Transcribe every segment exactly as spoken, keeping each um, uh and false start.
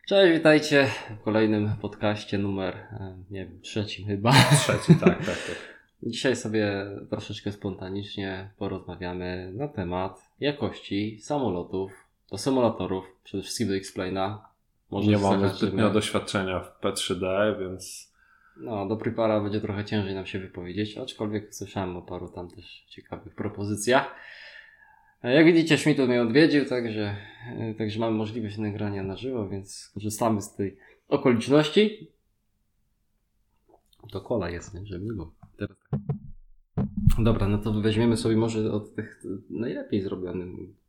Cześć, witajcie w kolejnym podcaście numer, nie wiem, trzecim chyba. Trzeci, tak, tak, tak. Dzisiaj sobie troszeczkę spontanicznie porozmawiamy na temat jakości samolotów, do symulatorów, przede wszystkim do X-Plane'a. Może nie mamy zbytnio doświadczenia w P trzy D, więc... No, do Prepara będzie trochę ciężej nam się wypowiedzieć, aczkolwiek słyszałem o paru tam też ciekawych propozycjach. Jak widzicie, Schmidtu mnie odwiedził, także, także mamy możliwość nagrania na żywo, więc korzystamy z tej okoliczności. To kola jest, nie? Żeby nie było. Teraz tak. Dobra, no to weźmiemy sobie może od tych najlepiej zrobionych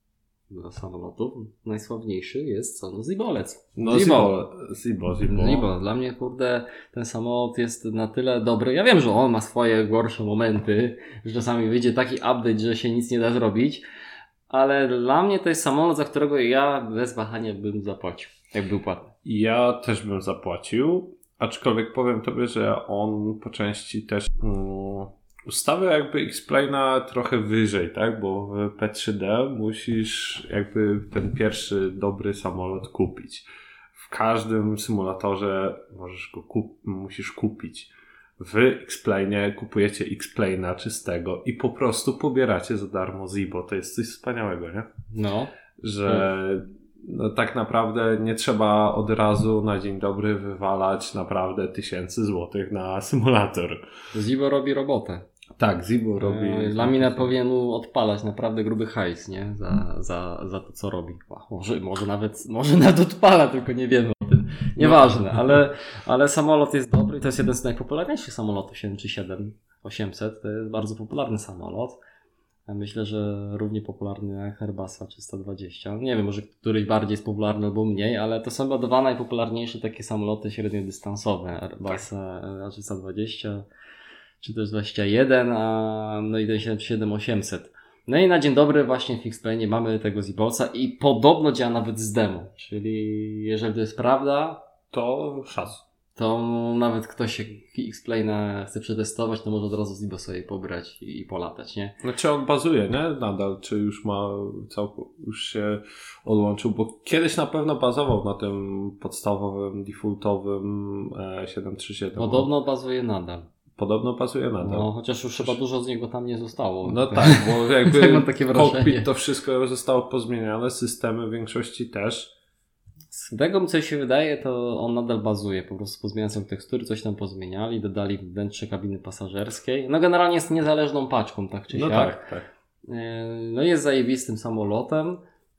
do samolotów. Najsławniejszy jest co? No Zibolec. No Zibo. Zibo, Zibo. Zibo. Dla mnie, kurde, ten samolot jest na tyle dobry. Ja wiem, że on ma swoje gorsze momenty, że czasami wyjdzie taki update, że się nic nie da zrobić. Ale dla mnie to jest samolot, za którego ja bez wahania bym zapłacił, jak był płatny. Ja też bym zapłacił, aczkolwiek powiem tobie, że on po części też um, ustawia jakby X-Plane'a trochę wyżej, tak? Bo w P trzy D musisz jakby ten pierwszy dobry samolot kupić. W każdym symulatorze możesz go kup- musisz kupić. W X-Plane'ie kupujecie X-Plane'a czystego i po prostu pobieracie za darmo Zibo. To jest coś wspaniałego, nie? No. Że no, tak naprawdę nie trzeba od razu na dzień dobry wywalać naprawdę tysięcy złotych na symulator. Zibo robi robotę. Tak, Zibo robi... E, dla mnie powinien mu odpalać naprawdę gruby hajs, nie? Za, za, za to, co robi. Może, może nawet może nawet odpala, tylko nie wiemy o tym. Nieważne, ale, ale samolot jest dobry i to jest jeden z najpopularniejszych samolotów siedem trzy siedem osiemset. To jest bardzo popularny samolot. Myślę, że równie popularny jak Airbusa trzysta dwadzieścia. Nie wiem, może któryś bardziej jest popularny albo mniej, ale to są dwa najpopularniejsze takie samoloty średniodystansowe. Airbusa trzysta dwadzieścia czy też dwadzieścia jeden, a no i ten siedem trzy siedem osiemset. No i na dzień dobry właśnie w X-Plane'ie mamy tego Zibolca i podobno działa nawet z demo. Czyli jeżeli to jest prawda, to szans. To nawet ktoś jak X-Plane'a chce przetestować, to może od razu Zibo sobie pobrać i, i polatać, nie? Znaczy on bazuje, nie? Nadal, czy już ma całkowicie, już się odłączył, bo kiedyś na pewno bazował na tym podstawowym, defaultowym siedem trzy siedem. Podobno bazuje nadal. Podobno bazuje nadal. No, chociaż już chyba dużo z niego tam nie zostało. No tak, bo jakby mam takie wrażenie. cockpit to wszystko zostało pozmieniane, systemy w większości też. Z tego mi coś się wydaje, to on nadal bazuje. Po prostu pozmieniając sobie tekstury, coś tam pozmieniali, dodali wnętrze kabiny pasażerskiej. No generalnie jest niezależną paczką, tak czy no siak. Tak, tak. No jest zajebistym samolotem.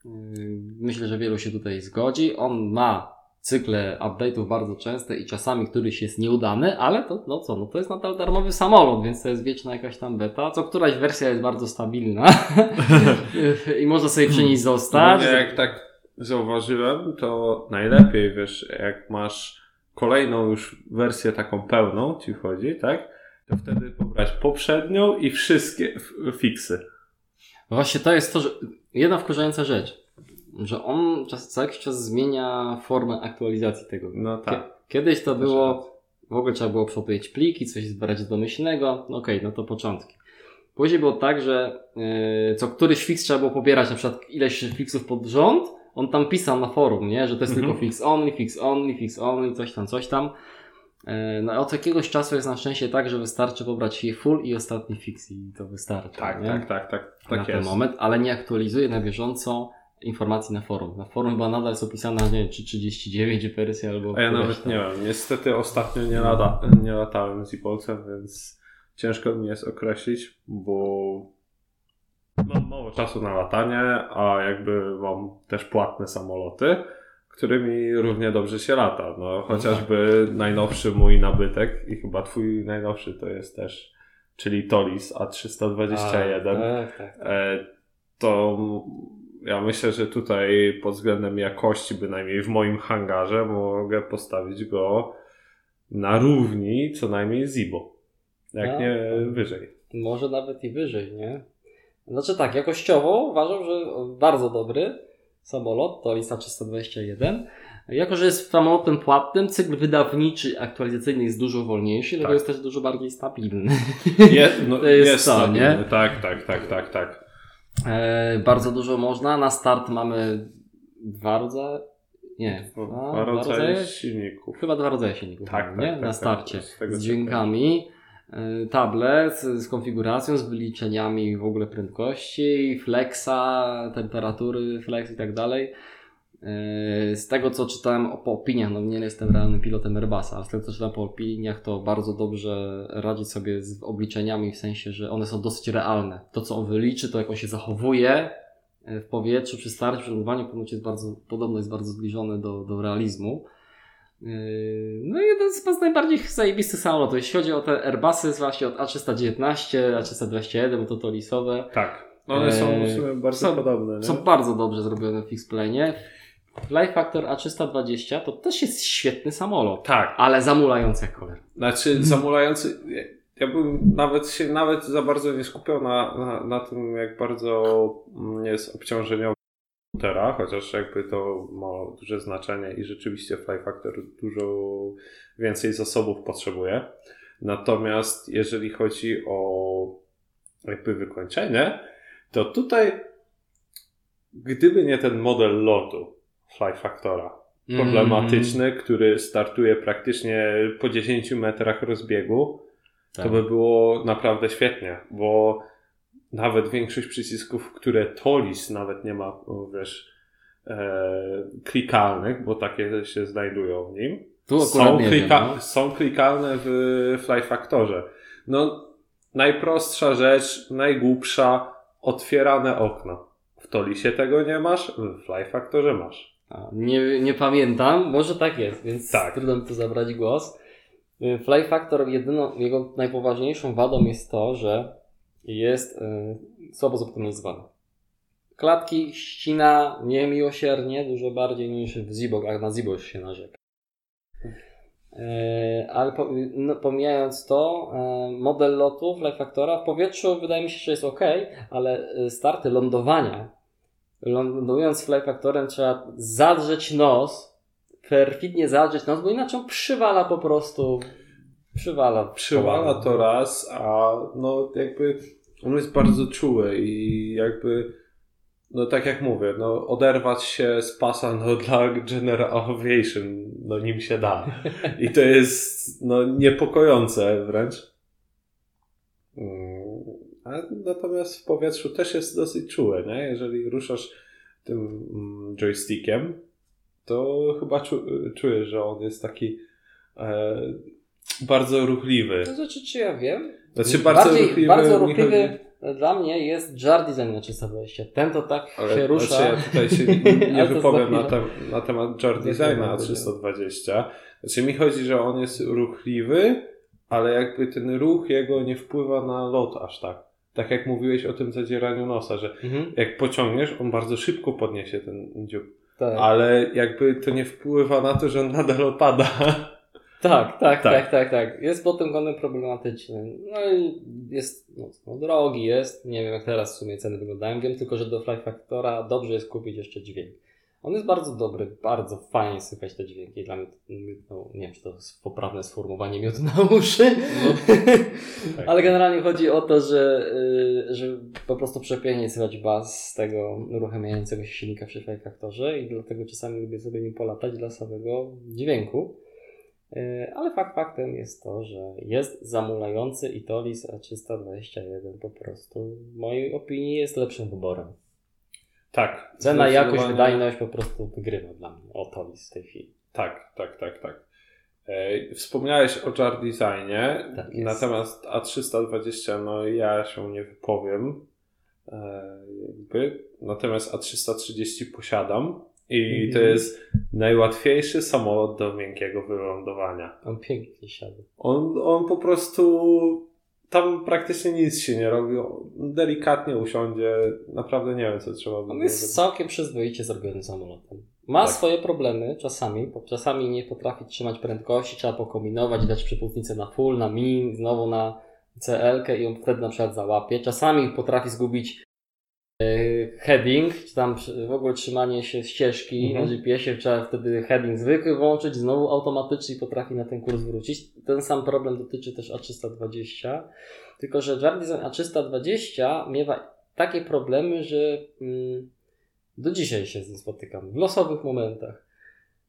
Myślę, że wielu się tutaj zgodzi. On ma cykle update'ów bardzo częste i czasami któryś jest nieudany, ale to, no co, no to jest nadal darmowy samolot, więc to jest wieczna jakaś tam beta. Co któraś wersja jest bardzo stabilna i można sobie przy niej zostać. No, jak tak zauważyłem, to najlepiej, wiesz, jak masz kolejną już wersję taką pełną, ci chodzi, tak? To wtedy pobrać poprzednią i wszystkie fiksy. Właśnie to jest to, że jedna wkurzająca rzecz, że on czas, co jakiś czas zmienia formę aktualizacji tego. No tak. Kiedyś to było, w ogóle trzeba było przeopowiedzieć pliki, coś zbierać domyślnego, no okej, okay, no to początki. Później było tak, że yy, co któryś fix trzeba było pobierać, na przykład ileś fixów pod rząd, on tam pisał na forum, nie, że to jest mhm. tylko fix only, fix only, fix only, coś tam, coś tam. Yy, no od jakiegoś czasu jest na szczęście tak, że wystarczy pobrać je full i ostatni fix i to wystarczy. Tak, nie? tak, tak, tak, tak na jest. ten moment, ale nie aktualizuje na bieżąco informacji na forum. Na forum chyba nadal jest opisana, nie wiem, czy trzydzieści dziewięć wersja albo... A ja nawet tam. Nie wiem, niestety ostatnio nie, lata, nie latałem z Zibolcem, więc ciężko mi jest określić, bo mam mało czasu na latanie, a jakby mam też płatne samoloty, którymi równie dobrze się lata. No, chociażby najnowszy mój nabytek i chyba twój najnowszy to jest też, czyli Tolis A trzysta dwadzieścia jeden. A, tak, tak, tak. To ja myślę, że tutaj pod względem jakości, bynajmniej w moim hangarze, mogę postawić go na równi co najmniej z Zibo. Jak a, nie wyżej. Może nawet i wyżej, nie? Znaczy tak, jakościowo uważam, że bardzo dobry samolot, to Tolis A trzysta dwadzieścia jeden. Jako że jest samolotem płatnym, cykl wydawniczy aktualizacyjny jest dużo wolniejszy, dlatego tak. jest też dużo bardziej stabilny. Je, no, to jest, jest to, stabilny, nie? Tak, tak, tak, tak, tak. E, bardzo dużo można. Na start mamy dwa rodzaje, Nie, Dwa, dwa, dwa rodzaje rodzaje silników. Chyba dwa rodzaje silników, Tak, mamy, tak, nie? tak, Na tak, starcie. z tego Z co dźwiękami, y, tablet z konfiguracją, z wyliczeniami w ogóle prędkości, flexa, temperatury, flex i tak dalej. Y, Z tego co czytałem o, po opiniach, no nie jestem realnym pilotem Airbusa, ale z tego co czytałem po opiniach, to bardzo dobrze radzi sobie z obliczeniami, w sensie, że one są dosyć realne. To co on wyliczy, to jak on się zachowuje w powietrzu przy starcie, przy lądowaniu, ponoć jest bardzo, podobno jest bardzo zbliżone do, do realizmu. Yy, No i jeden z najbardziej zajebistych samolotów. Jeśli chodzi o te Airbusy, właśnie od A trzysta dziewiętnaście, A trzysta dwadzieścia jeden, to to lisowe. Tak, one są w sumie bardzo są, podobne. Nie? Są bardzo dobrze zrobione w X-Plane. Fly Factor A trzysta dwadzieścia to też jest świetny samolot. Tak. Ale zamulający jak cholera. Znaczy zamulający, ja bym nawet się nawet za bardzo nie skupiał na, na, na tym, jak bardzo jest obciążeniowy komputera, chociaż jakby to ma duże znaczenie i rzeczywiście Fly Factor dużo więcej zasobów potrzebuje. Natomiast jeżeli chodzi o jakby wykończenie, to tutaj gdyby nie ten model lotu Fly Factora problematyczny, mm. który startuje praktycznie po dziesięciu metrach rozbiegu, tak. To by było naprawdę świetnie, bo nawet większość przycisków, które Tolis nawet nie ma, wiesz, e, klikalnych, bo takie się znajdują w nim, tu są, klika- wiem, no. są klikalne w Fly Factorze. No, najprostsza rzecz, najgłupsza, otwierane okno. W Tolisie tego nie masz, w Fly Factorze masz. A, nie, nie pamiętam, może tak jest, więc tak. Trudno mi tu zabrać głos. Fly Factor, jedyną, jego najpoważniejszą wadą jest to, że jest y, słabo zoptymalizowany. Klatki ścina niemiłosiernie, dużo bardziej niż w Zibo, a na Zibo już się narzeka. Y, ale po, no, pomijając to, y, model lotu Fly Factora w powietrzu wydaje mi się, że jest ok, ale starty lądowania, lądując Fly Factorem trzeba zadrzeć nos, perfidnie zadrzeć nos, bo inaczej on przywala po prostu, przywala. Przywala to raz, a no jakby on jest bardzo czuły i jakby, no tak jak mówię, no oderwać się z pasa, no dla General Aviation, no nim się da. I to jest, no niepokojące wręcz. A natomiast w powietrzu też jest dosyć czułe, nie? Jeżeli ruszasz tym joystickiem, to chyba czu, czujesz, że on jest taki e, bardzo ruchliwy. To znaczy, czy ja wiem? Znaczy bardzo Bardziej, ruchliwy. Bardzo ruchliwy dla mnie jest Jar Design na trzysta dwadzieścia. Ten to tak ale, się rusza. Znaczy ja tutaj się nie, nie wypowiem na, te, na temat Jar Designa trzysta dwadzieścia. Znaczy mi chodzi, że on jest ruchliwy, ale jakby ten ruch jego nie wpływa na lot aż tak. Tak jak mówiłeś o tym zadzieraniu nosa, że mhm. jak pociągniesz, on bardzo szybko podniesie ten dziób. Tak. Ale jakby to nie wpływa na to, że on nadal opada. Tak, tak, tak, tak, tak, tak. Jest pod tym kątem problematyczny. No i jest no, no, drogi jest. Nie wiem jak teraz w sumie ceny wyglądają. Wiem tylko, że do Fly Factora dobrze jest kupić jeszcze dźwięk. On jest bardzo dobry, bardzo fajnie słychać te dźwięki. Dla mnie, no, nie wiem, czy to jest poprawne sformułowanie miodu na uszy, no, tak. Ale generalnie chodzi o to, że, yy, że po prostu przepięknie słychać bas z tego uruchamiającego się silnika przy Fly Factorze i dlatego czasami lubię sobie nim polatać dla samego dźwięku. Yy, ale fakt faktem jest to, że jest zamulający i Tolis A trzysta dwadzieścia jeden po prostu w mojej opinii jest lepszym wyborem. Tak. Cena, jakość, wydajność po prostu wygrywa dla mnie o Tolis w tej chwili. Tak, tak, tak, tak. E, wspomniałeś o Jar Designie, tak natomiast A trzysta dwadzieścia, no ja się nie wypowiem. E, jakby. Natomiast A trzysta trzydzieści posiadam i mm-hmm. to jest najłatwiejszy samolot do miękkiego wylądowania. On pięknie siada. On, on po prostu... Tam praktycznie nic się nie robi. Delikatnie usiądzie. Naprawdę nie wiem, co trzeba by. On jest zrobić. Całkiem przyzwoicie zrobiony samolotem. Ma tak. swoje problemy czasami. Czasami nie potrafi trzymać prędkości. Trzeba pokombinować, dać przepustnicę na full, na min, znowu na C L-kę i on wtedy na przykład załapie. Czasami potrafi zgubić heading, czy tam w ogóle trzymanie się ścieżki mhm. na G P S-ie, trzeba wtedy heading zwykły włączyć, znowu automatycznie potrafi na ten kurs wrócić. Ten sam problem dotyczy też A trzysta dwadzieścia, tylko że Jar Design A trzysta dwadzieścia miewa takie problemy, że mm, do dzisiaj się z nim spotykam, w losowych momentach.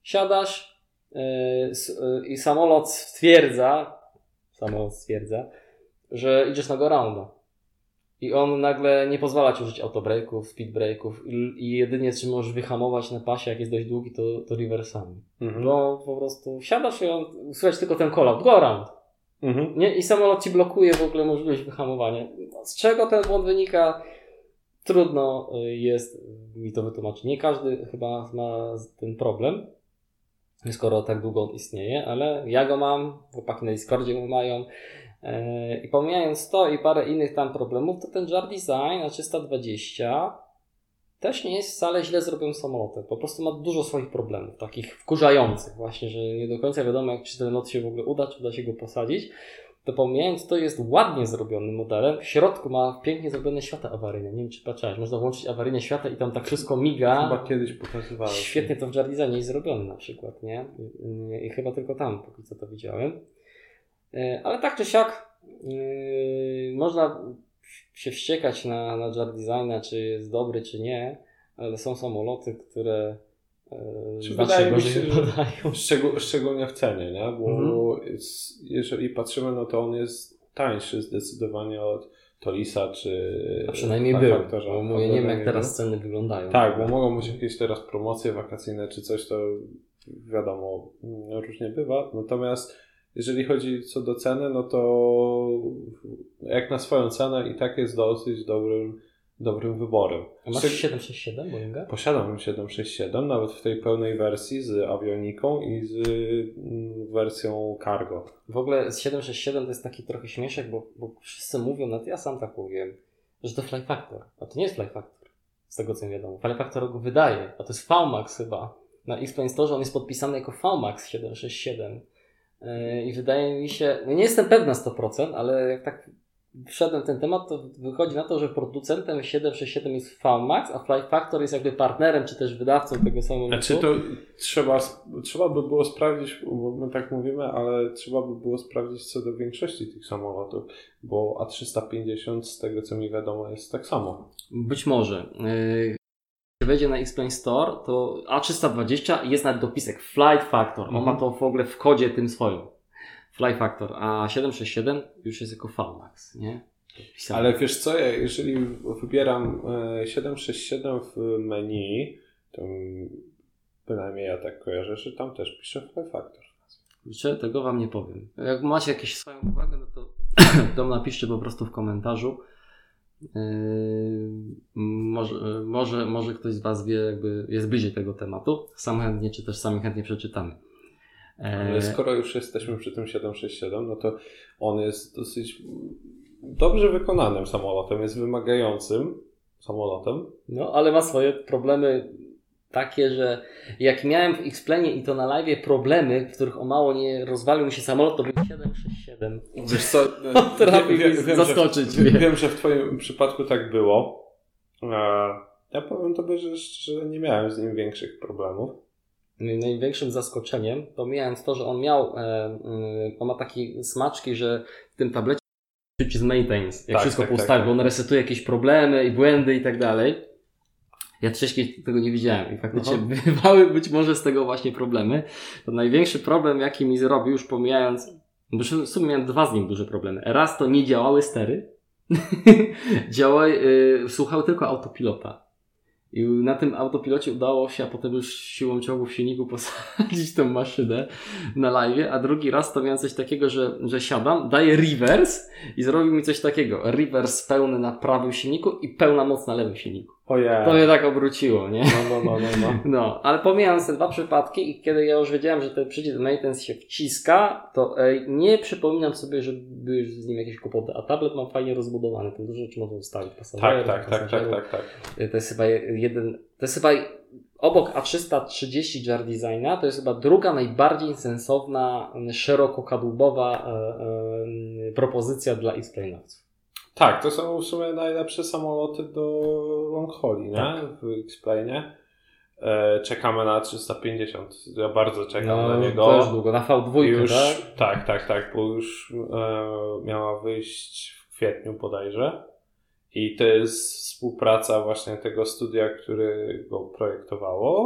siadasz yy, yy, i samolot stwierdza, samolot stwierdza, że idziesz na go rounda. I on nagle nie pozwala ci użyć autobreaków, speedbreaków i, i jedynie czy możesz wyhamować na pasie, jak jest dość długi, to, to reversami. Mhm. Bo po prostu wsiadasz i on, słychać tylko ten call-out, go around. Mhm. Nie? I samolot ci blokuje w ogóle możliwość wyhamowania. Z czego ten błąd wynika? Trudno jest mi to wytłumaczyć. Nie każdy chyba ma ten problem, skoro tak długo on istnieje, ale ja go mam, chłopaki na Discordzie go mają. I pomijając to i parę innych tam problemów, to ten jar design na trzysta dwadzieścia też nie jest wcale źle zrobiony samolotem. Po prostu ma dużo swoich problemów, takich wkurzających właśnie, że nie do końca wiadomo, jak czy ten lot się w ogóle uda, czy uda się go posadzić. To pomijając to, jest ładnie zrobiony modelem. W środku ma pięknie zrobione światła awaryjne. Nie wiem, czy patrzyłeś. Można włączyć awaryjne światła i tam tak wszystko miga. Chyba kiedyś pokazywałem. Świetnie to w jar designie jest zrobione na przykład, nie? I chyba tylko tam, póki co to widziałem. Ale tak czy siak yy, można się wściekać na, na jar designa, czy jest dobry, czy nie, ale są samoloty, które yy, wydaje mi się, że szczegól, szczególnie w cenie, nie? Bo mhm. jest, jeżeli patrzymy, no to on jest tańszy zdecydowanie od Tolisa, czy a przynajmniej był, bo mówię, nie wiem jak teraz ceny wyglądają. Tak, bo mogą być jakieś teraz promocje wakacyjne, czy coś, to wiadomo, różnie bywa, natomiast jeżeli chodzi co do ceny, no to jak na swoją cenę i tak jest dosyć dobrym, dobrym wyborem. A masz siedem sześć siedem Boeinga? Posiadam siedem sześć siedem, nawet w tej pełnej wersji z awioniką i z wersją cargo. W ogóle z siedem sześć siedem to jest taki trochę śmieszek, bo, bo wszyscy mówią, no to ja sam tak mówiłem, że to Fly Factor. A to nie jest Fly Factor, z tego co mi wiadomo. Fly Factor go wydaje, a to jest V MAX chyba. Na X-Plane Store on jest podpisany jako V MAX siedem sześć siedem. I wydaje mi się, no nie jestem pewna sto procent, ale jak tak wszedłem w ten temat, to wychodzi na to, że producentem siedem sześć siedem jest V MAX, a Fly Factor jest jakby partnerem, czy też wydawcą tego samego. Znaczy to trzeba, trzeba by było sprawdzić, bo my tak mówimy, ale trzeba by było sprawdzić co do większości tych samolotów, bo A trzysta pięćdziesiąt z tego co mi wiadomo jest tak samo. Być może. Jak wejdzie na X-Plane Store, to A trzysta dwadzieścia jest nawet dopisek Flight Factor. On mm. ma to w ogóle w kodzie tym swoim. Fly Factor. A siedem sześć siedem już jest jako V MAX, nie? Dopisane. Ale wiesz co, ja jeżeli wybieram siedem sześć siedem w menu, to bynajmniej ja tak kojarzę, że tam też piszę Fly Factor. Kurczę, tego wam nie powiem. Jak macie jakieś swoją uwagę, no to, to napiszcie po prostu w komentarzu. Yy, może, może, może ktoś z was wie, jakby jest bliżej tego tematu. Sam chętnie, czy też sami chętnie przeczytamy. Ale skoro już jesteśmy przy tym siedem sześć siedem, no to on jest dosyć dobrze wykonanym samolotem, jest wymagającym samolotem. No, ale ma swoje problemy takie, że jak miałem w X-Planie i to na live problemy, w których o mało nie rozwalił mi się samolot, to był siedem sześć siedem. Wiesz co, wiem, wiem, wiem, zaskoczyć. Że, wiem, że w twoim przypadku tak było. Ja powiem tobie, że, że nie miałem z nim większych problemów. Największym zaskoczeniem, pomijając to, że on miał, e, on ma takie smaczki, że w tym tablecie z maintenance, jak tak, wszystko tak, poustawi, tak, bo on resetuje jakieś problemy i błędy i tak dalej. Ja wcześniej tego nie widziałem i faktycznie Aha. bywały być może z tego właśnie problemy. To największy problem, jaki mi zrobił, już pomijając, bo w sumie miałem dwa z nim duże problemy. Raz to nie działały stery, działały, yy, słuchały tylko autopilota. I na tym autopilocie udało się, a potem już siłą ciągu w silniku posadzić tą maszynę na live, a drugi raz to miałem coś takiego, że, że siadam, daję reverse i zrobił mi coś takiego. Reverse pełny na prawym silniku i pełna moc na lewym silniku. Ojej. To mnie tak obróciło, nie? No, no, no, no, no. No, ale pomijając te dwa przypadki i kiedy ja już wiedziałem, że ten przycisk maintenance się wciska, to ej, nie przypominam sobie, że były z nim jakieś kłopoty, a tablet mam fajnie rozbudowany, tam dużo rzeczy można ustawić. Tak, tak, tak, tak, tak, tak. To jest chyba jeden, to jest chyba obok A trzysta trzydzieści jar designa, to jest chyba druga najbardziej sensowna, szerokokadłubowa e, e, propozycja dla X-Plane'owców. Tak, to są w sumie najlepsze samoloty do long hauli, nie? Tak. W X-Plane'ie. E, czekamy na trzysta pięćdziesiąt. Ja bardzo czekam no, na niego. To już długo, na V dwa, już, tak? Tak, tak, tak, bo już e, miała wyjść w kwietniu bodajże. I to jest współpraca właśnie tego studia, które go projektowało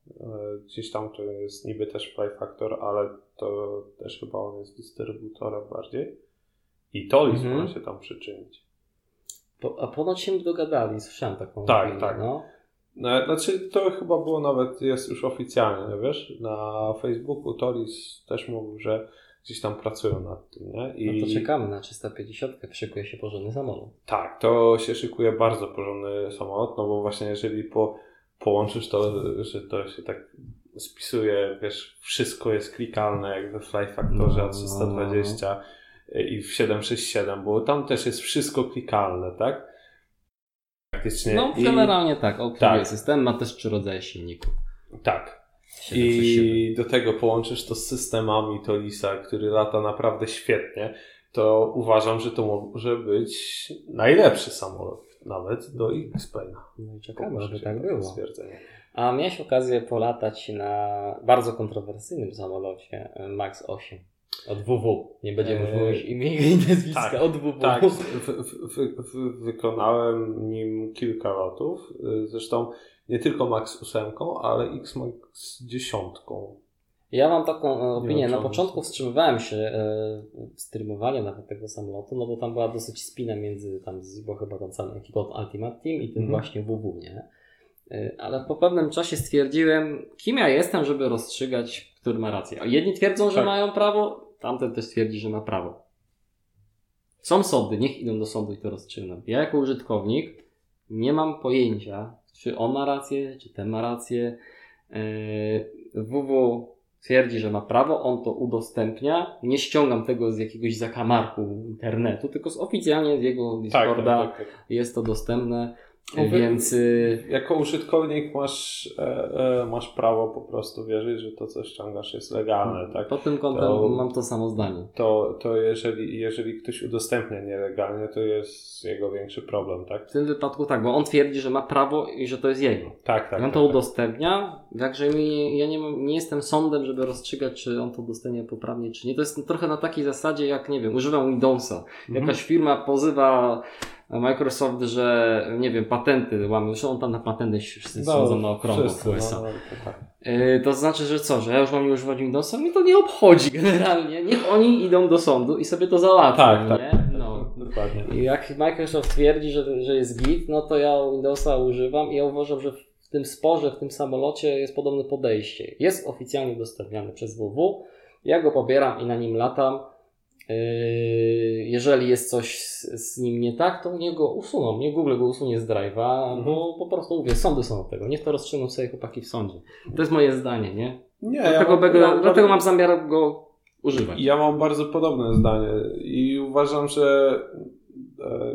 Gdzieś tam to jest niby też Fly Factor, ale to też chyba on jest dystrybutorem bardziej. I Tolis Mhm. może się tam przyczynić. Po, a ponoć się dogadali, słyszałem taką Tak, opinię, tak. No. No, znaczy to chyba było nawet, jest już oficjalnie, wiesz, na Facebooku Tolis też mówił, że gdzieś tam pracują nad tym, nie? I No to czekamy na trzysta pięćdziesiąt, szykuje się porządny samolot. tak, to się szykuje bardzo porządny samolot, no bo właśnie jeżeli po, połączysz to, że to się tak spisuje, wiesz, wszystko jest klikalne jak we Fly Factorze No. trzysta dwadzieścia i w siedem sześć siedem, bo tam też jest wszystko klikalne, tak? Praktycznie. No I, generalnie tak, obsługuje tak. system, ma też trzy rodzaje silników. tak. siedem sześć siedem. I do tego połączysz to z systemami Tolisa, który lata naprawdę świetnie, to uważam, że to może być najlepszy samolot nawet do X-Plane'a. No i czekamy, żeby tak było. Stwierdzenie. A miałeś okazję polatać na bardzo kontrowersyjnym samolocie Max osiem od W W. Nie będziemy Eee, mówić imienia i nazwiska, tak, od W W. Tak, w, w, w, w, wykonałem nim kilka lotów. Zresztą nie tylko Max osiem, ale X-Max dziesięć. Ja mam taką e, opinię, wiem, na czy on początku jest- wstrzymywałem się e, w streamowaniu nawet tego samolotu, no bo tam była dosyć spina między tam z bo chyba tą całą ekipą Ultimate Team i tym Mhm. właśnie W W, nie? E, Ale po pewnym czasie stwierdziłem, kim ja jestem, żeby rozstrzygać, który ma rację. A jedni twierdzą, że Tak. mają prawo, tamten też twierdzi, że ma prawo. Są sądy, niech idą do sądu i to rozstrzygną. Ja jako użytkownik nie mam pojęcia, czy on ma rację, czy ten ma rację. Yy, W W twierdzi, że ma prawo, on to udostępnia. Nie ściągam tego z jakiegoś zakamarku internetu, tylko z oficjalnie z jego Tak, Discorda tak, tak, tak. jest to dostępne, No wy- więc yy, Jako użytkownik masz, e, e, masz prawo po prostu wierzyć, że to, co ściągasz, jest legalne, tak? pod tym kątem To- mam to samo zdanie. To, to jeżeli, jeżeli ktoś udostępnia nielegalnie, to jest jego większy problem, tak? W tym wypadku tak, bo on twierdzi, że ma prawo i że to jest jego. Tak, tak. on tak, to tak. udostępnia, także mi, ja nie, mam, nie jestem sądem, żeby rozstrzygać, czy on to udostępnia poprawnie, czy nie. To jest trochę na takiej zasadzie, jak nie wiem, używam Windowsa. Mhm. Jakaś firma pozywa Microsoft, że nie wiem, patenty łamie. Zresztą on tam na patenty wszyscy No, schodzą na okrągło wszyscy, w U S A. no, no, to tak. Yy, to znaczy, że co, że ja już mam nie używać Windowsa? Mnie to nie obchodzi generalnie. Niech oni idą do sądu i sobie to załatwią, Tak, tak. nie? No. Dokładnie. I jak Microsoft twierdzi, że, że jest git, no to ja Windowsa używam i ja uważam, że w tym sporze, w tym samolocie jest podobne podejście. Jest oficjalnie udostępniany przez W W, ja go pobieram i na nim latam. Yy, jeżeli jest coś z, z nim nie tak, to niech go usuną, niech Google go usunie z drive'a, Mhm. bo po prostu mówię, sądy są od tego, niech to rozstrzygną sobie chłopaki w sądzie. To jest moje zdanie, nie? Nie, Dlatego, mam- będę, ja mam dlatego bardzo- mam zamiar go używać. Ja mam bardzo podobne zdanie i uważam, że e,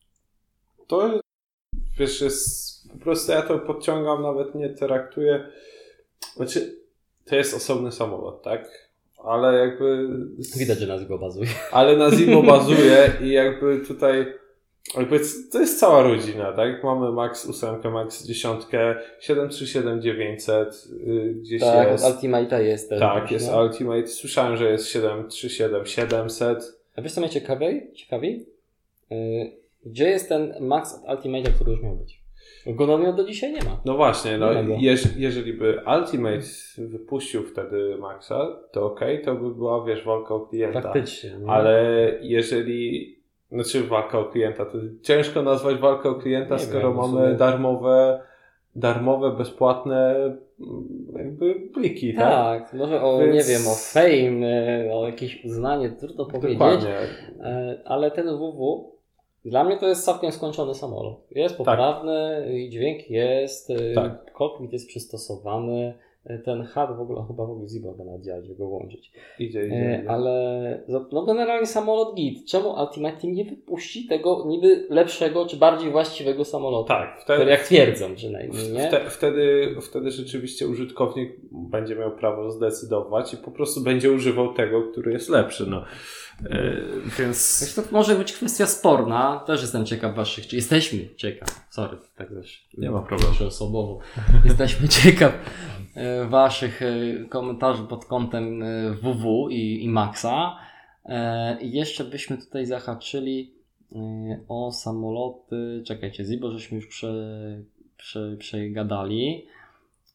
to wiesz, jest po prostu ja to podciągam, nawet nie traktuję, znaczy to jest osobny samolot, tak? Ale jakby Widać, że nas go bazuje. ale na Zimo bazuje i jakby tutaj jakby to jest cała rodzina, tak? Mamy Max osiem, Max dziesięć, siedem trzy siedem dziewięćset, y, gdzieś Tak, jest. Ultimate'a jest też. Tak, jest no. Ultimate. Słyszałem, że jest siedem trzy siedem siedemset. A wiesz co mnie ciekawi? Ciekawi? Yy, gdzie jest ten Max Ultimate, który już miał być? Go do mnie do dzisiaj nie ma. No właśnie, no, Nie ma go. jeż, jeżeli by Ultimate wypuścił wtedy Maxa, to okej, okay, to by była, wiesz, walka o klienta. Faktycznie. nie? Ale jeżeli, znaczy walka o klienta, to ciężko nazwać walkę o klienta, Nie skoro wiem, w mamy sumie- darmowe, darmowe, bezpłatne mm, jakby pliki, tak? Tak, może o, Więc- nie wiem, o fame, e, o jakieś uznanie, trudno powiedzieć, Dokładnie. e, ale ten W W, dla mnie to jest całkiem skończony samolot. Jest poprawny, i dźwięk jest, e, Tak. kokpit jest przystosowany, e, ten H U D w ogóle chyba w ogóle Zibo go nadziałać, żeby go łączyć. Idzie, idzie, E, idzie. ale no generalnie samolot git. Czemu Ultimate Team nie wypuści tego niby lepszego czy bardziej właściwego samolotu? Tak, wtedy, Który jak twierdzą przynajmniej, nie? Wte, wtedy, wtedy rzeczywiście użytkownik będzie miał prawo zdecydować i po prostu będzie używał tego, który jest lepszy. No. E, więc Wiesz, to może być kwestia sporna. Też jestem ciekaw waszych, czy jesteśmy ciekaw. Sorry, tak też. Nie ma problemu. Osobowo. Jesteśmy ciekaw e, waszych e, komentarzy pod kątem e, W W i, i Maxa. E, I jeszcze byśmy tutaj zahaczyli e, o samoloty. Czekajcie, Zibo, żeśmy już prze, prze, przegadali.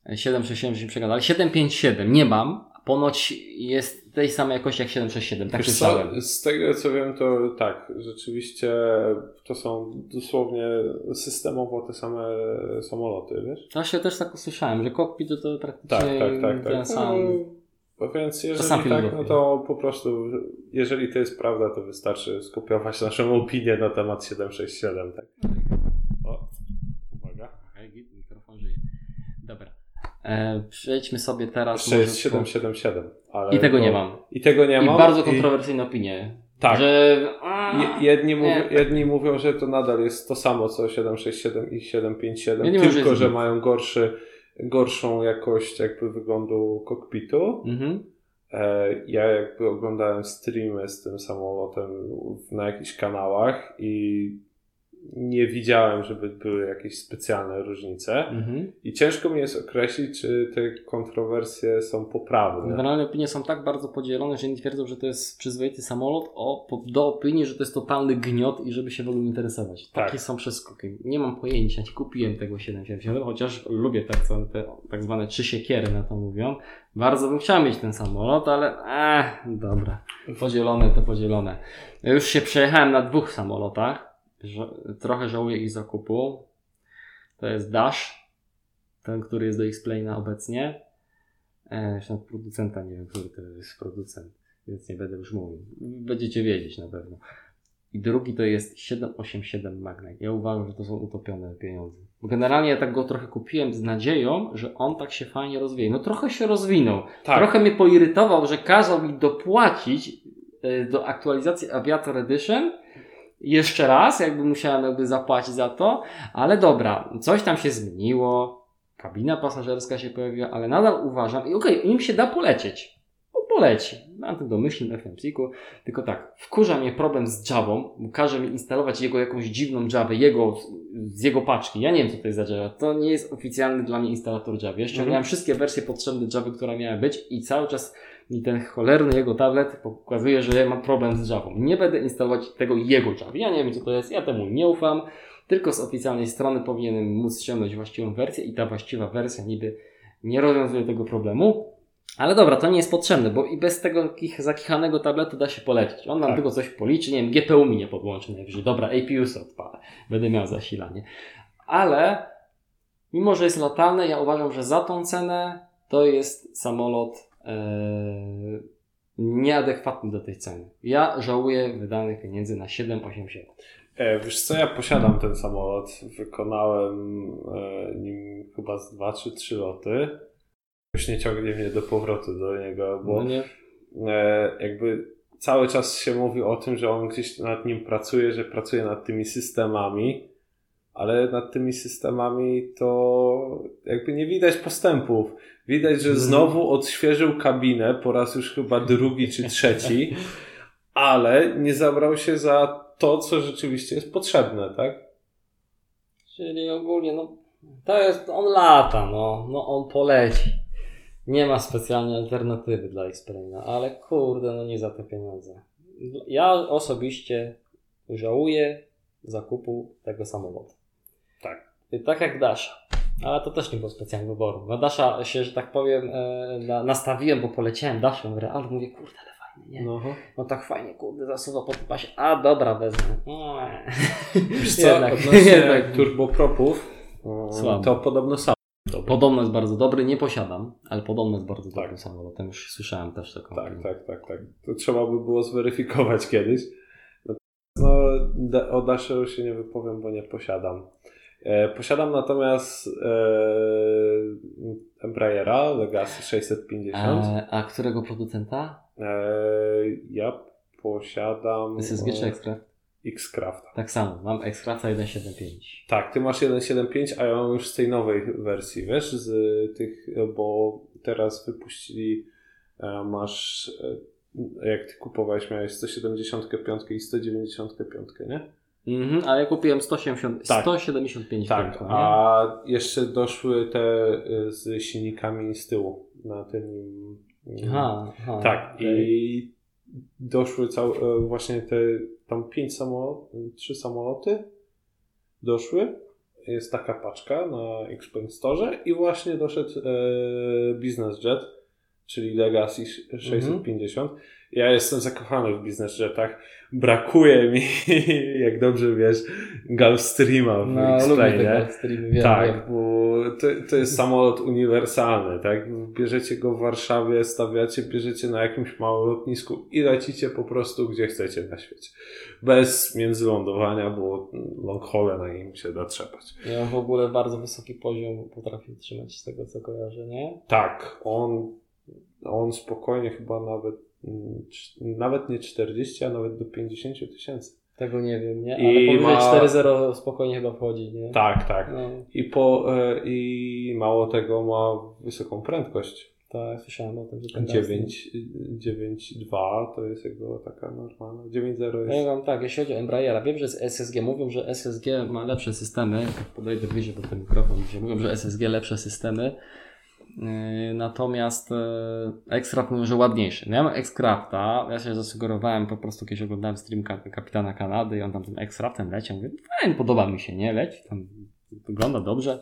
siedem sześć siedem się przegadał, ale siedem pięć siedem nie mam. Ponoć jest tej samej jakości jak siedem sześć siedem. Tak Wiesz słyszałem. co, z tego co wiem, to tak, rzeczywiście to są dosłownie systemowo te same samoloty, wiesz? Właśnie też tak usłyszałem, że kokpit to, to praktycznie tak, tak, tak, ten tak. sam. No, więc jeżeli sam tak, no to po prostu, jeżeli to jest prawda, to wystarczy skopiować naszą opinię na temat siedem sześć siedem, tak? O, uwaga. Okay, mikrofon żyje. Dobra. E, przejdźmy sobie teraz. Jeszcze jest siedem siedem siedem. Ale I tego to... nie mam. I tego nie I mam. bardzo kontrowersyjne i... opinie. Tak. Że... A, jedni, mówią, jedni mówią, że to nadal jest to samo co siedem sześć siedem i siedem pięć siedem, ja tylko że, że mają gorszy, gorszą jakość jakby wyglądu kokpitu. Mhm. Ja jakby oglądałem streamy z tym samolotem na jakichś kanałach i nie widziałem, żeby były jakieś specjalne różnice. Mhm. I ciężko mi jest określić, czy te kontrowersje są poprawne. Generalne opinie są tak bardzo podzielone, że nie twierdzą, że to jest przyzwoity samolot, o, do opinii, że to jest totalny gniot i żeby się w ogóle interesować. Takie tak. są przeskoki. Nie mam pojęcia, nie kupiłem tego siedem siedem siedem, chociaż lubię tak, te tak zwane trzy siekiery na to mówią. Bardzo bym chciał mieć ten samolot, ale eh, dobra. Podzielone to podzielone. Ja już się przejechałem na dwóch samolotach. Trochę żałuję ich zakupu. To jest Dash, ten, który jest do X-Plane'a obecnie. E, jeszcze producenta nie wiem, który to jest producent, więc nie będę już mówił. Będziecie wiedzieć na pewno. I drugi to jest siedem osiem siedem Magnite. Ja uważam, że to są utopione pieniądze. Bo generalnie ja tak go trochę kupiłem z nadzieją, że on tak się fajnie rozwija. No trochę się rozwinął. Tak. Trochę mnie poirytował, że kazał mi dopłacić e, do aktualizacji Aviator Edition jeszcze raz, jakby musiałem jakby zapłacić za to, ale dobra, coś tam się zmieniło, kabina pasażerska się pojawiła, ale nadal uważam, i okej, okay, nim się da polecieć, bo poleci, na tym domyślnym F M C-ku, tylko tak, wkurza mnie problem z Javą, bo każe mi instalować jego jakąś dziwną Javę, jego, z jego paczki, ja nie wiem co to jest za Java, to nie jest oficjalny dla mnie instalator Java, ja ściągnąłem mm. wszystkie wersje potrzebne Javy, która miała być i cały czas i ten cholerny jego tablet pokazuje, że ja mam problem z Javą. Nie będę instalować tego jego Java. Ja nie wiem co to jest, ja temu nie ufam. Tylko z oficjalnej strony powinienem móc ściągnąć właściwą wersję i ta właściwa wersja niby nie rozwiązuje tego problemu. Ale dobra, to nie jest potrzebne, bo i bez tego zakichanego tabletu da się polecieć. On nam tak. tylko coś policzy, nie wiem, G P U mi nie podłączy najwyżej. Dobra, A P U sobie odpalę. Będę miał zasilanie. Ale mimo, że jest latalne, ja uważam, że za tą cenę to jest samolot Eee, nieadekwatny do tej ceny. Ja żałuję wydanych pieniędzy na siedem osiem siedem. E, wiesz co, ja posiadam ten samolot. Wykonałem e, nim chyba z dwa czy trzy loty. Już nie ciągnie mnie do powrotu do niego, bo no nie. E, jakby cały czas się mówi o tym, że on gdzieś nad nim pracuje, że pracuje nad tymi systemami, ale nad tymi systemami to jakby nie widać postępów. Widać, że znowu odświeżył kabinę po raz już chyba drugi czy trzeci, ale nie zabrał się za to, co rzeczywiście jest potrzebne, tak? Czyli ogólnie, no, to jest, on lata, no, no on poleci. Nie ma specjalnej alternatywy dla X-Plane'a, ale kurde, no nie za te pieniądze. Ja osobiście żałuję zakupu tego samolotu. Tak. Tak jak Dasha. Ale to też nie było specjalnego wyboru. Na Dasha się, że tak powiem, e, na, nastawiłem, bo poleciałem Dashą w realu. Mówię, kurde, ale fajnie, nie? No, no tak fajnie, kurde, zasuwa po tym pasie. A dobra, wezmę. Wiesz co, jednak, odnośnie jednak. turbopropów, Słabo. To podobno sam. Dobry. Podobno jest bardzo dobry, nie posiadam, ale podobno jest bardzo tak. dobrym samolotem. Już słyszałem też taką. Tak, tak, tak, tak. To trzeba by było zweryfikować kiedyś. No, o Dasha się nie wypowiem, bo nie posiadam. E, posiadam natomiast e, Embraera Legacy sześćset pięćdziesiąt. E, a którego producenta? E, ja posiadam... S S G czy X-Craft? X-Craft. Tak samo, mam X-Crafta jeden siedem pięć. Tak, ty masz jeden siedem pięć, a ja mam już z tej nowej wersji, wiesz, z tych, bo teraz wypuścili, e, masz, e, jak ty kupowałeś, miałeś sto siedemdziesiąt pięć i sto dziewięćdziesiąt pięć, nie? Mhm, ale ja kupiłem sto siedemdziesiąt, tak. sto siedemdziesiąt pięć. Tak, tylko, a jeszcze doszły te z silnikami z tyłu na tym. Aha, aha, tak, okay. I doszły całe, właśnie te tam pięć samolotów, trzy samoloty doszły jest taka paczka na Explain Store i właśnie doszedł e, Business Jet, czyli Legacy sześćset pięćdziesiąt. Mhm. Ja jestem zakochany w Business Jetach. Brakuje mi, jak dobrze wiesz, Gulfstreama w no, Explainie. Wiem, tak, wiem. bo to, to jest samolot uniwersalny, tak? Bierzecie go w Warszawie, stawiacie, bierzecie na jakimś małym lotnisku i lecicie po prostu gdzie chcecie na świecie. Bez międzylądowania, bo long haul na nim się da trzepać. I on w ogóle bardzo wysoki poziom potrafi utrzymać z tego, co kojarzę, nie? Tak, on, on spokojnie chyba nawet nawet nie czterdzieści, a nawet do pięćdziesiąt tysięcy. Tego nie wiem, nie? Ale I powyżej ma... cztery zero spokojnie chyba wchodzi, nie? Tak, tak. No. I, po, i mało tego ma wysoką prędkość. Tak, słyszałem o tym, że ten dziewięć dwa to jest jego taka normalna. dziewięć zero jest... Ja mam tak, jeśli chodzi o Embraera, wiem, że z S S G mówią, że S S G ma lepsze systemy. Podejdę bliżej pod ten mikrofon, gdzie mówią, że S S G lepsze systemy. Yy, natomiast yy, X-Craft mówią, że ładniejszy. No ja mam X-Crafta, ja się zasugerowałem, po prostu kiedyś oglądałem stream kapitana Kanady i on tam tym X-Craftem leciał. Mówię, fajnie, podoba mi się, nie? Leci, tam wygląda dobrze.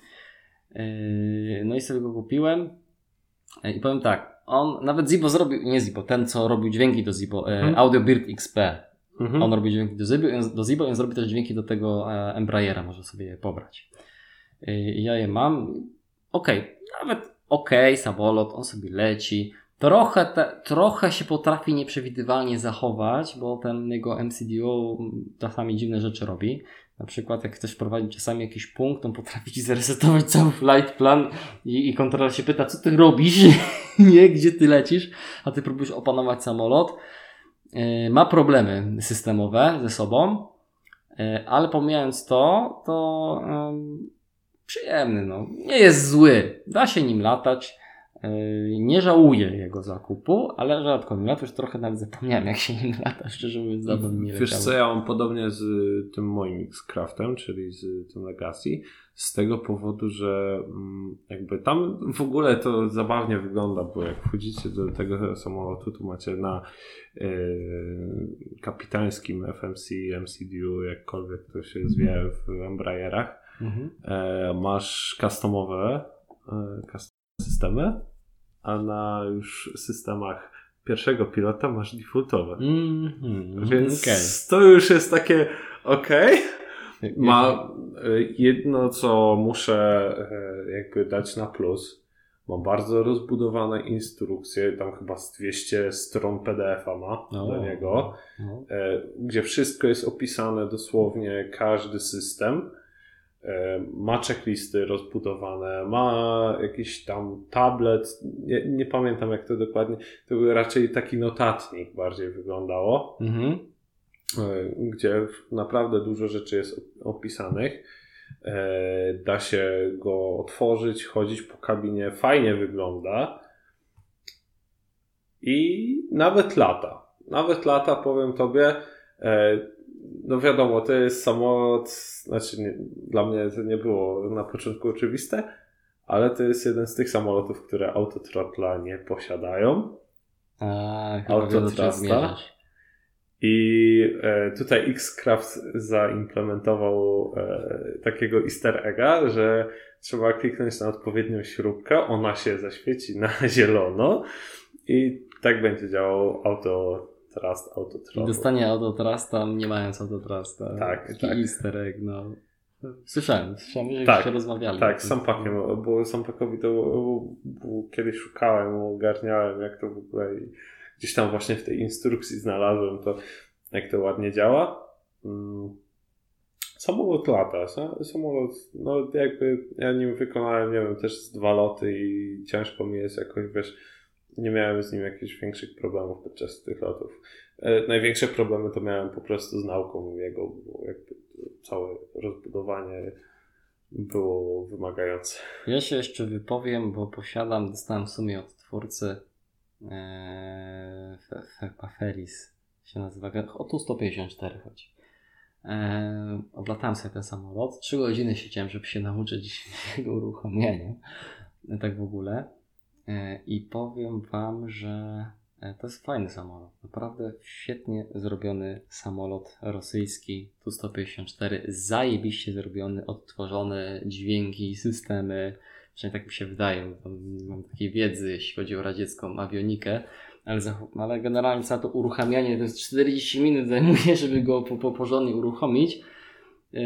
Yy, no i sobie go kupiłem. I powiem tak, on nawet Zibo zrobił, nie Zibo, ten co robił dźwięki do Zibo, hmm. Audio Bird X P. Hmm. On robi dźwięki do Zibo, do Zibo i on zrobi też dźwięki do tego Embraera, może sobie je pobrać. I ja je mam. Okej, okay. Nawet okej, okay, samolot, on sobie leci. Trochę, te, trochę się potrafi nieprzewidywalnie zachować, bo ten jego M C D O czasami dziwne rzeczy robi. Na przykład jak chcesz prowadzić czasami jakiś punkt, on potrafi ci zresetować cały flight plan i, i kontroler się pyta, co ty robisz, nie, gdzie ty lecisz, a ty próbujesz opanować samolot. Yy, ma problemy systemowe ze sobą, yy, ale pomijając to, to yy, przyjemny, no. Nie jest zły, da się nim latać. Nie żałuję jego zakupu, ale rzadko nim lata, już trochę nawet zapomniałem jak się nim lata, szczerze mówiąc, dawno mi nie leciało. Wiesz co, ja mam podobnie z tym moim X-Craftem, czyli z tym Legacy, z tego powodu, że jakby tam w ogóle to zabawnie wygląda, bo jak wchodzicie do tego samolotu, to macie na yy, kapitańskim F M C, M C D U, jakkolwiek to się zwie w Embraerach, mhm. e, masz customowe e, custom systemy, a na już systemach pierwszego pilota masz defaultowe. Mm-hmm, Więc okay. to już jest takie okej. Okay. Ma jedno, co muszę jakby dać na plus. Ma bardzo rozbudowane instrukcje, tam chyba z dwieście stron P D F a ma no, do niego, no. gdzie wszystko jest opisane dosłownie, każdy system. Ma checklisty rozbudowane, ma jakiś tam tablet, nie, nie pamiętam jak to dokładnie, to był raczej taki notatnik bardziej wyglądało, mhm. gdzie naprawdę dużo rzeczy jest opisanych. Da się go otworzyć, chodzić po kabinie, fajnie wygląda i nawet lata. Nawet lata, powiem tobie. No wiadomo, to jest samolot, znaczy nie, dla mnie to nie było na początku oczywiste, ale to jest jeden z tych samolotów, które autotrotla nie posiadają. A, Autotrasta. I e, tutaj X-Craft zaimplementował e, takiego easter egga, że trzeba kliknąć na odpowiednią śrubkę, ona się zaświeci na zielono i tak będzie działał auto Trust, autotrust. I dostanie autotrusta, nie mając autotrusta. Tak, taki tak. easter egg, no. Słyszałem, słyszałem, że tak, już się rozmawiali. Tak, z Sampakiem, bo Sampakowi to bo, bo kiedyś szukałem, ogarniałem jak to w ogóle i gdzieś tam właśnie w tej instrukcji znalazłem to, jak to ładnie działa. Hmm. Samolot lata, samolot, no jakby ja nim wykonałem, nie wiem, też z dwa loty i ciężko mi jest jakoś, wiesz, nie miałem z nim jakichś większych problemów podczas tych lotów. E, największe problemy to miałem po prostu z nauką jego, bo jakby całe rozbudowanie było wymagające. Ja się jeszcze wypowiem, bo posiadam, dostałem w sumie od twórcy e, Feris się nazywa, o tu sto pięćdziesiąt cztery chodzi. E, oblatałem sobie ten samolot, trzy godziny siedziałem, żeby się nauczyć jego uruchomienia, tak w ogóle. I powiem wam, że To jest fajny samolot. Naprawdę świetnie zrobiony samolot rosyjski Tu sto pięćdziesiąt cztery. Zajebiście zrobiony, odtworzone dźwięki, systemy. Przynajmniej tak mi się wydaje. Mam takiej wiedzy, jeśli chodzi o radziecką awionikę. Ale, ale generalnie całe to uruchamianie to jest czterdzieści minut zajmuje, żeby go po, po porządnie uruchomić. Yy,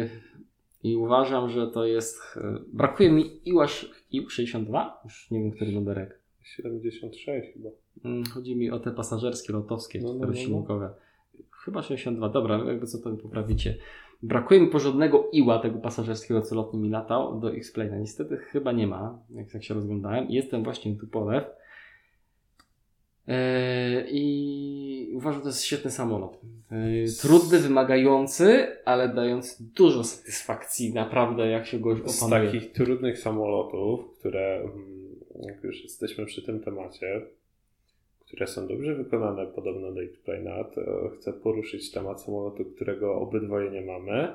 I uważam, że to jest... Yy, brakuje mi I U sześćdziesiąt dwa? Już nie wiem, który numerek. siedemdziesiąt sześć chyba. Chodzi mi o te pasażerskie, lotowskie, no, no, rozsilnikowe. No, no. Chyba sześćdziesiąt dwa. Dobra, jakby co to mi poprawicie. Brakuje mi porządnego I U A tego pasażerskiego, co lotnie mi latał do X-Plane'a. Niestety chyba nie ma, jak, jak się rozglądałem. Jestem właśnie tu polew. Yy, I uważam, że to jest świetny samolot. Yy, trudny, wymagający, ale dający dużo satysfakcji naprawdę, jak się go opanuje. Z takich trudnych samolotów, które, jak już jesteśmy przy tym temacie, które są dobrze wykonane podobno do X-Plane'a, to chcę poruszyć temat samolotu, którego obydwoje nie mamy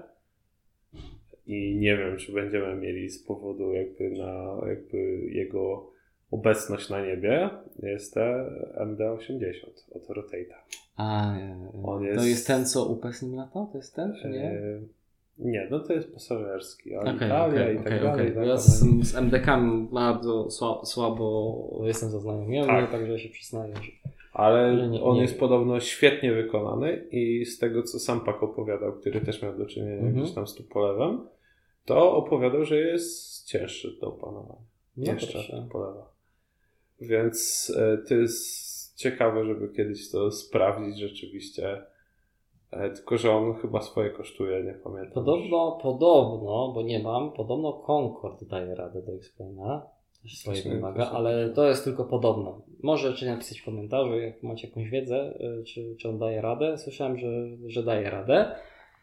i nie wiem, czy będziemy mieli z powodu jakby na jakby jego obecność na niebie. Jest to M D osiemdziesiąt od Rotate'a. A, On jest... to jest ten, co U P E S nim latał? To jest ten, czy nie? E... Nie, no to jest pasażerski, ale okay, Italia okay, i tak okay, dalej. Okay. Tak, ja z, z M D K-ami bardzo słabo, słabo jestem zaznajomiony, tak. Także się przyznaję. Że... Ale nie, on nie jest wiem. Podobno świetnie wykonany i z tego, co sam Pak opowiadał, który też miał do czynienia mm-hmm. gdzieś tam z Tupolewem, to opowiadał, że jest cięższy do opanowania. No Jeszcze Tupolewa. Więc e, to jest ciekawe, żeby kiedyś to sprawdzić rzeczywiście. E, tylko, że on chyba swoje kosztuje, nie pamiętam. Podobno, podobno, bo nie mam, podobno Concorde daje radę do X-Plane'a. Też swoje wymaga, ale to jest tylko podobno. Możecie napisać w komentarzu, jak macie jakąś wiedzę, czy, czy on daje radę. Słyszałem, że, że daje radę.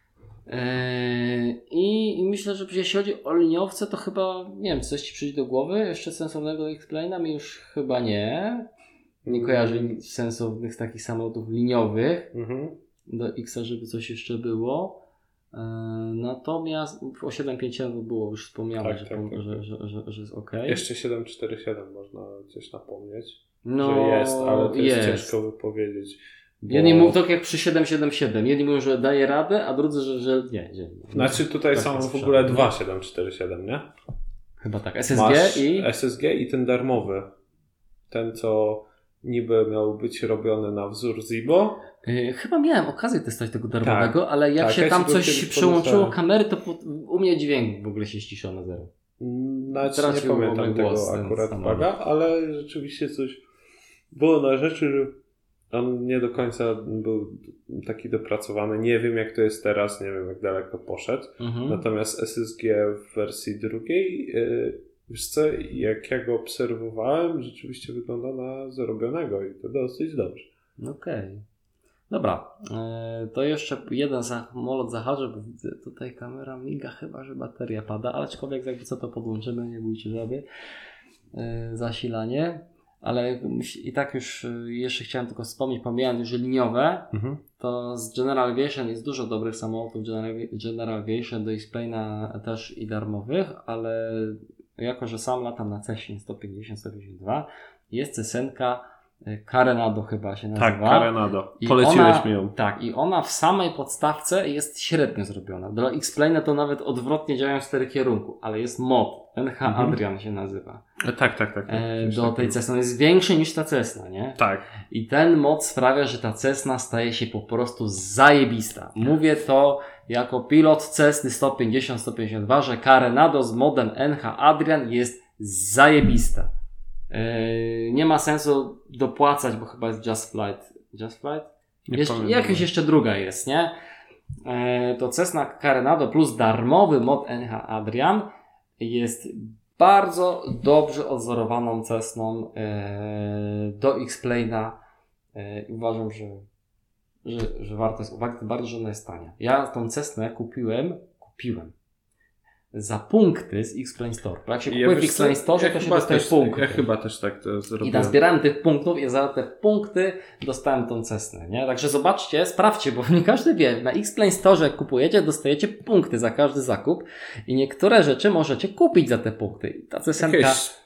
Eee, i, I myślę, że jeśli chodzi o liniowce, to chyba, nie wiem, coś ci przyjdzie do głowy? Jeszcze sensownego X-Plane'a mi już chyba nie. Nie kojarzę sensownych takich samolotów liniowych. Mhm. Do X-a, żeby coś jeszcze było. Eee, natomiast o siedem pięć siedem było, już wspomniałem, tak, że, tak, tak, że, że, że, że jest ok. Jeszcze siedem cztery siedem można coś napomnieć. No, że jest, ale to jest, jest ciężko wypowiedzieć. Bo... Jedni mówią tak jak przy siedem siedem siedem. Jedni mówią, że daje radę, a drudzy, że, że nie. nie, nie. Znaczy tutaj tak są w ogóle dwa siedem cztery siedem, nie? Chyba tak. S S G Masz i... S S G i ten darmowy. Ten, co niby miał być robiony na wzór Zibo. Yy, chyba miałem okazję testować tego darmowego, tak, ale jak tak, się ja tam coś się przełączyło kamery, to po, u mnie dźwięk w ogóle się ściszył na zero. Znaczy nie pamiętam tego akurat Paga, ale rzeczywiście coś było na rzeczy, że on nie do końca był taki dopracowany. Nie wiem, jak to jest teraz, nie wiem, jak daleko poszedł. Mhm. Natomiast S S G w wersji drugiej, yy, wiesz co, jak ja go obserwowałem, rzeczywiście wygląda na zarobionego i to dosyć dobrze. Okej. Okay. Dobra, yy, to jeszcze jeden samolot zahaczę, bo widzę tutaj kamera miga, chyba że bateria pada, ale aczkolwiek jakby co to podłączymy, nie bójcie sobie. Yy, zasilanie. Ale i tak już jeszcze chciałem tylko wspomnieć, pomijając już liniowe, mhm. to z General Aviation jest dużo dobrych samolotów General, General Aviation do X-Plane'a też i darmowych, ale jako, że sam latam na Cessnie sto pięćdziesiąt sto pięćdziesiąt dwa, jest Cessenka Carenado chyba się nazywa. Tak, Carenado. Poleciłeś mi ją. Tak, i ona w samej podstawce jest średnio zrobiona. Dla X-Plane'a to nawet odwrotnie działają w cztery kierunku, ale jest mod. N H mhm. Adrian się nazywa. E, tak, tak, tak. E, do tej Cessny. On jest większy niż ta Cessna, nie? Tak. I ten mod sprawia, że ta Cessna staje się po prostu zajebista. Mówię to jako pilot Cessny sto pięćdziesiąt sto pięćdziesiąt dwa, że Carenado z modem N H Adrian jest zajebista. Yy, nie ma sensu dopłacać, bo chyba jest Just Flight. Just Flight? Jeszcze, jakaś jeszcze druga jest, nie? Yy, to Cessna Carenado plus darmowy mod N H Adrian jest bardzo dobrze odzorowaną Cessną yy, do X-Plane'a. Yy, uważam, że, że, że warto jest uwagi, tym bardziej, że ona jest tania. Ja tą Cessnę kupiłem, kupiłem za punkty z X-Plane Store. Bo jak się kupuje ja w X-Plane Store, ja to się dostaje punkty. Ja chyba też tak to zrobiłem. I nazbierałem tych punktów i za te punkty dostałem tą Cessnę, nie? Także zobaczcie, sprawdźcie, bo nie każdy wie. Na X-Plane Store jak kupujecie, dostajecie punkty za każdy zakup i niektóre rzeczy możecie kupić za te punkty. I ta Cessenka... Jakieś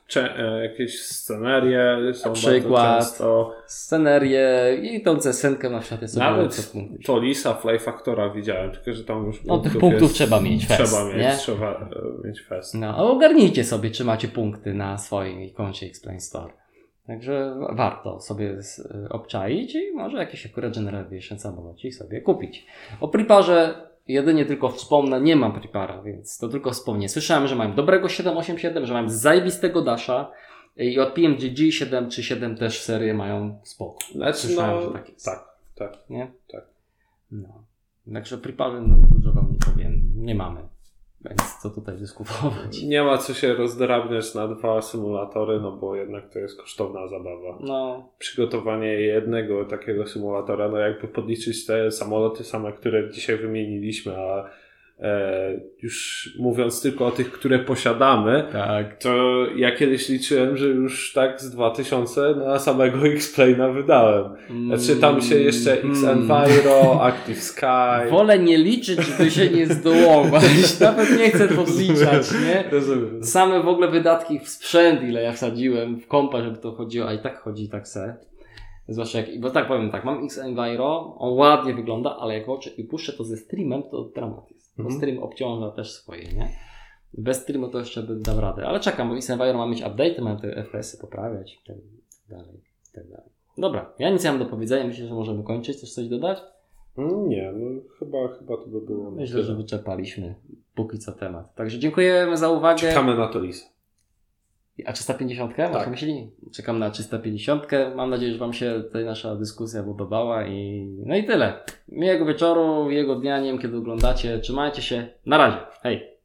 Cze- jakieś scenerie są przykład, bardzo często. Scenerie i tą cesenkę na przykład jest sobie Nawet to Lisa Fly Factora widziałem, tylko że tam już no tych punktów jest, trzeba mieć fest, trzeba mieć, nie? trzeba e, mieć fest. No, a ogarnijcie sobie, czy macie punkty na swoim koncie Explain Store. Także warto sobie z, obczaić i może jakieś akurat Generation samolocik sobie kupić. O Preparze jedynie tylko wspomnę, nie mam Prepara, więc to tylko wspomnę. Słyszałem, że mają dobrego siedem osiem siedem, że mają zajebistego Dasha i od P M G G siedem czy siedem też serię mają spoko. Znaczy, Słyszałem, no, że tak jest. Tak, tak. Nie? Tak. No. Także Preparze no, dużo wam nie powiem. Nie mamy. Więc co tutaj dyskutować? Nie ma co się rozdrabniać na dwa symulatory, no bo jednak to jest kosztowna zabawa. No. Przygotowanie jednego takiego symulatora, no jakby podliczyć te samoloty same, które dzisiaj wymieniliśmy, a e, już mówiąc tylko o tych, które posiadamy, Tak. to ja kiedyś liczyłem, że już tak z dwa tysiące na samego X-Plane'a wydałem. Znaczy tam się jeszcze X-Enviro, Active Sky. Wolę nie liczyć, żeby się nie zdołować. Nawet nie chcę podliczać, nie? Rozumiem. Same w ogóle wydatki w sprzęt, ile ja wsadziłem w kompa, żeby to chodziło, a i tak chodzi tak se. Zwłaszcza jak, bo tak powiem tak, mam X-Enviro, on ładnie wygląda, ale jak oczy i puszczę to ze streamem, to dramat jest. Bo Mhm. stream obciąża też swoje, nie? Bez streamu to jeszcze bym dał radę. Ale czekam, bo X-Enviro ma mieć update, mają te F P S-y poprawiać i tak dalej, i tak dalej. Dobra, ja nic nie mam do powiedzenia, myślę, że możemy kończyć. Chcesz coś dodać? Nie, no chyba, chyba to by było. Myślę, że wyczerpaliśmy póki co temat. Także dziękujemy za uwagę. Czekamy na to, Lisa. A trzysta pięćdziesiąt? Masz Tak. na myśli? Czekam na trzysta pięćdziesiąt. Mam nadzieję, że wam się ta nasza dyskusja podobała i no i tyle. Miłego wieczoru, miłego dnia, nie wiem kiedy oglądacie. Trzymajcie się. Na razie. Hej.